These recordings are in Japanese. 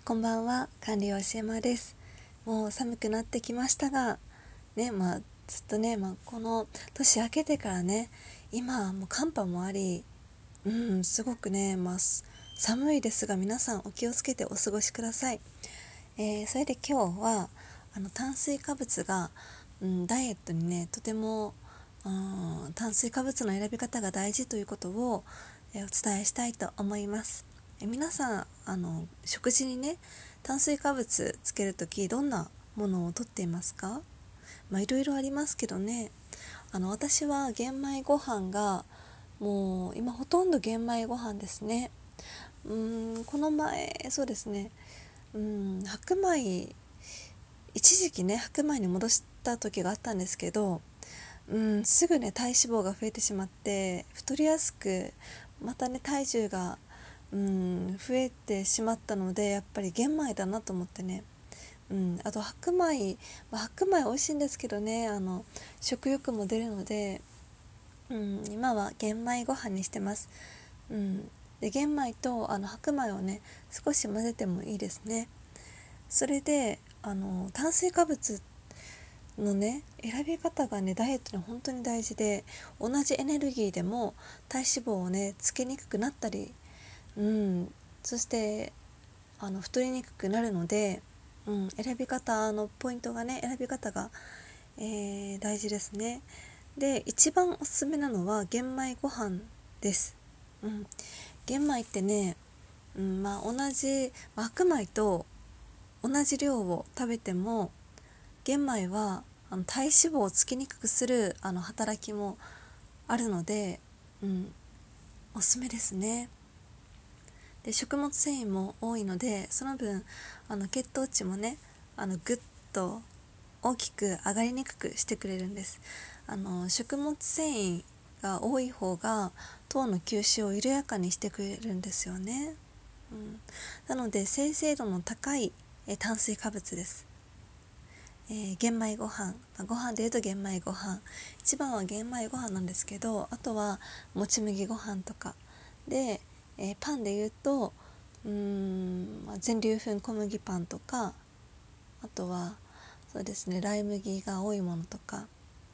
こんばんは、管理吉山です。もう寒くなってきましたが、ね、ずっとね、この年明けてからね、今もう寒波もあり、すごくね、寒いですが、皆さんお気をつけてお過ごしください。それで今日は炭水化物が、ダイエットにねとても、炭水化物の選び方が大事ということを、お伝えしたいと思います。皆さん食事にね炭水化物つけるときどんなものをとっていますか？いろいろありますけどね、私は玄米ご飯がもう今ほとんど玄米ご飯ですね。この前そうですね、白米一時期ね白米に戻した時があったんですけど、すぐね体脂肪が増えてしまって太りやすく、またね体重が増えてしまったので、やっぱり玄米だなと思ってね、あと白米、白米美味しいんですけどね、食欲も出るので、今は玄米ご飯にしてます。で玄米と白米をね少し混ぜてもいいですね。それで炭水化物のね選び方がねダイエットに本当に大事で、同じエネルギーでも体脂肪をねつけにくくなったり、そして太りにくくなるので、選び方のポイントがね選び方が、大事ですね。で一番おすすめなのは玄米ご飯です。玄米ってね、同じ白米と同じ量を食べても玄米は体脂肪をつきにくくする働きもあるので、おすすめですね。で食物繊維も多いので、その分血糖値もねぐっと大きく上がりにくくしてくれるんです。食物繊維が多い方が糖の吸収を緩やかにしてくれるんですよね。なので精製度の高い炭水化物です。玄米ご飯、ご飯でいうと玄米ご飯、一番は玄米ご飯なんですけど、あとはもち麦ご飯とかで、パンでいうと全粒粉小麦パンとか、あとはそうですねライ麦が多いものとか、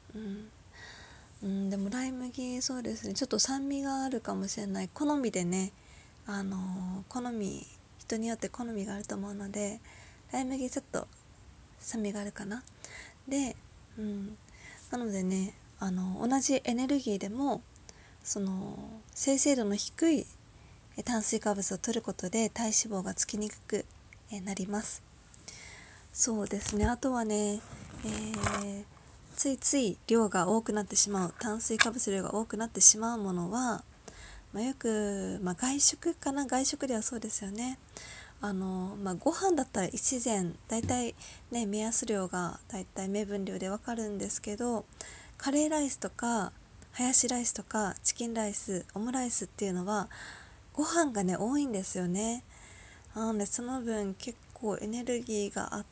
でもライ麦そうですねちょっと酸味があるかもしれない、好みでね、好み人によって好みがあると思うので、ライ麦ちょっと酸味があるかな。で、なのでね同じエネルギーでもその精製度の低い炭水化物を摂ることで体脂肪がつきにくくなります。そうですね、あとはね、ついつい量が多くなってしまう、炭水化物量が多くなってしまうものは、よく、外食かな、外食ではそうですよね。ご飯だったら一膳だいたいね目安量がだいたい目分量でわかるんですけど、カレーライスとかハヤシライスとかチキンライス、オムライスっていうのはご飯がね多いんですよね。なのでその分結構エネルギーがあって、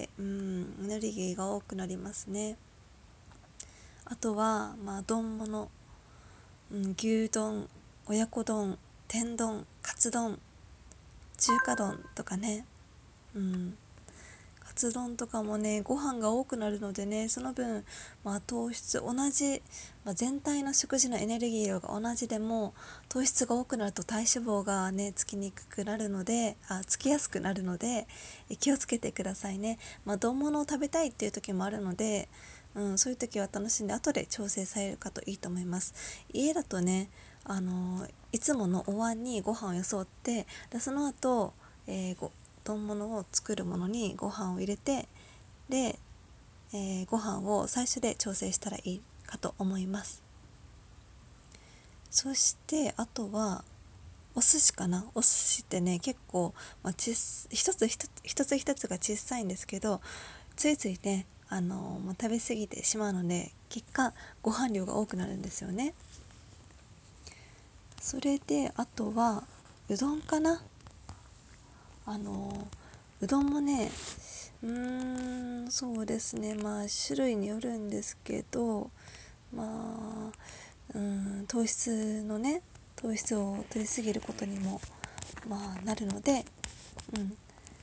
エネルギーが多くなりますね。あとは丼物、牛丼、親子丼、天丼、カツ丼、中華丼とかね、カツ丼とかもねご飯が多くなるのでね、その分、糖質同じ、全体の食事のエネルギー量が同じでも糖質が多くなると体脂肪がねつきにくくなるので、つきやすくなるので気をつけてくださいね。丼物を食べたいっていう時もあるので、そういう時は楽しんで後で調整されるかといいと思います。家だとねいつものお椀にご飯をよそって、でその後、丼物を作るものにご飯を入れて、で、ご飯を最初で調整したらいいかと思います。そしてあとはお寿司かな。お寿司ってね結構、一つ一つが小さいんですけど、ついついね食べ過ぎてしまうので、結果ご飯量が多くなるんですよね。それであとはうどんかな。うどんもねそうですね、種類によるんですけど、糖質の糖質を取りすぎることにもなるので、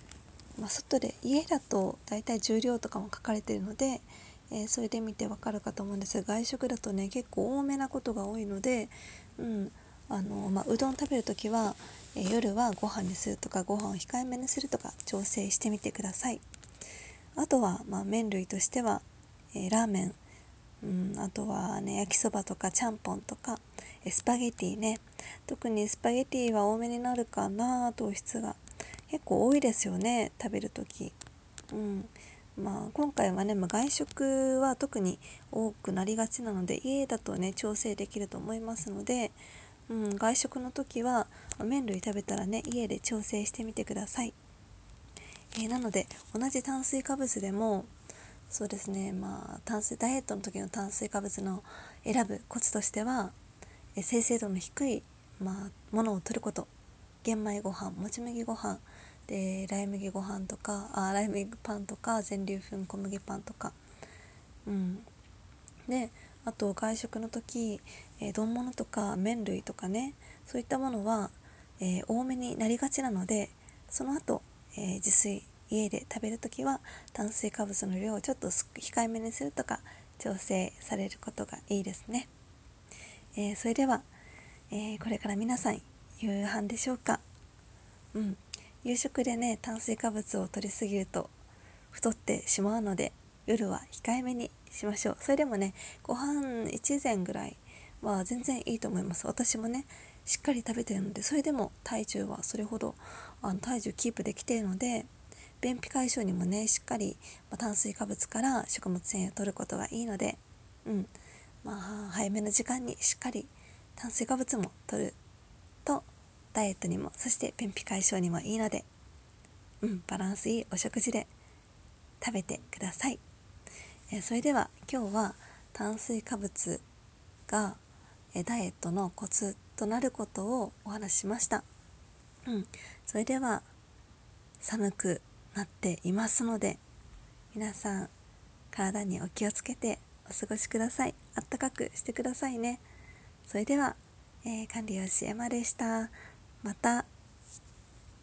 外で家だとだいたい重量とかも書かれているので、それで見てわかるかと思うんですが、外食だとね結構多めなことが多いので、うどん食べるときは、夜はご飯にするとかご飯を控えめにするとか調整してみてください。あとは、麺類としては、ラーメン、あとはね焼きそばとかちゃんぽんとか、スパゲティね。特にスパゲティは多めになるかな。糖質が結構多いですよね、食べるとき。今回はね、外食は特に多くなりがちなので、家だとね調整できると思いますので、外食の時は麺類食べたらね家で調整してみてください。なので同じ炭水化物でもそうですね、ダイエットの時の炭水化物の選ぶコツとしては、精製度の低い、ものを取ること。玄米ご飯、もち麦ご飯で、ライ麦ご飯とか、ライ麦パンとか、全粒粉小麦パンとか、で、あと外食の時、丼物とか麺類とかね、そういったものは、多めになりがちなので、その後、自炊家で食べる時は炭水化物の量をちょっと控えめにするとか調整されることがいいですね。それでは、これから皆さん夕飯でしょうか。夕食でね炭水化物を摂りすぎると太ってしまうので、夜は控えめにしましょう。それでもね、ご飯一膳ぐらいは全然いいと思います。私もねしっかり食べてるので、それでも体重はそれほど体重キープできているので、便秘解消にもねしっかり、炭水化物から食物繊維を摂ることがいいので、早めの時間にしっかり炭水化物も摂るとダイエットにも、そして便秘解消にもいいので、バランスいいお食事で食べてください。それでは今日は炭水化物がダイエットのコツとなることをお話ししました。それでは寒くなっていますので、皆さん体にお気をつけてお過ごしください。あったかくしてくださいね。それでは、管理栄養士エマでした。また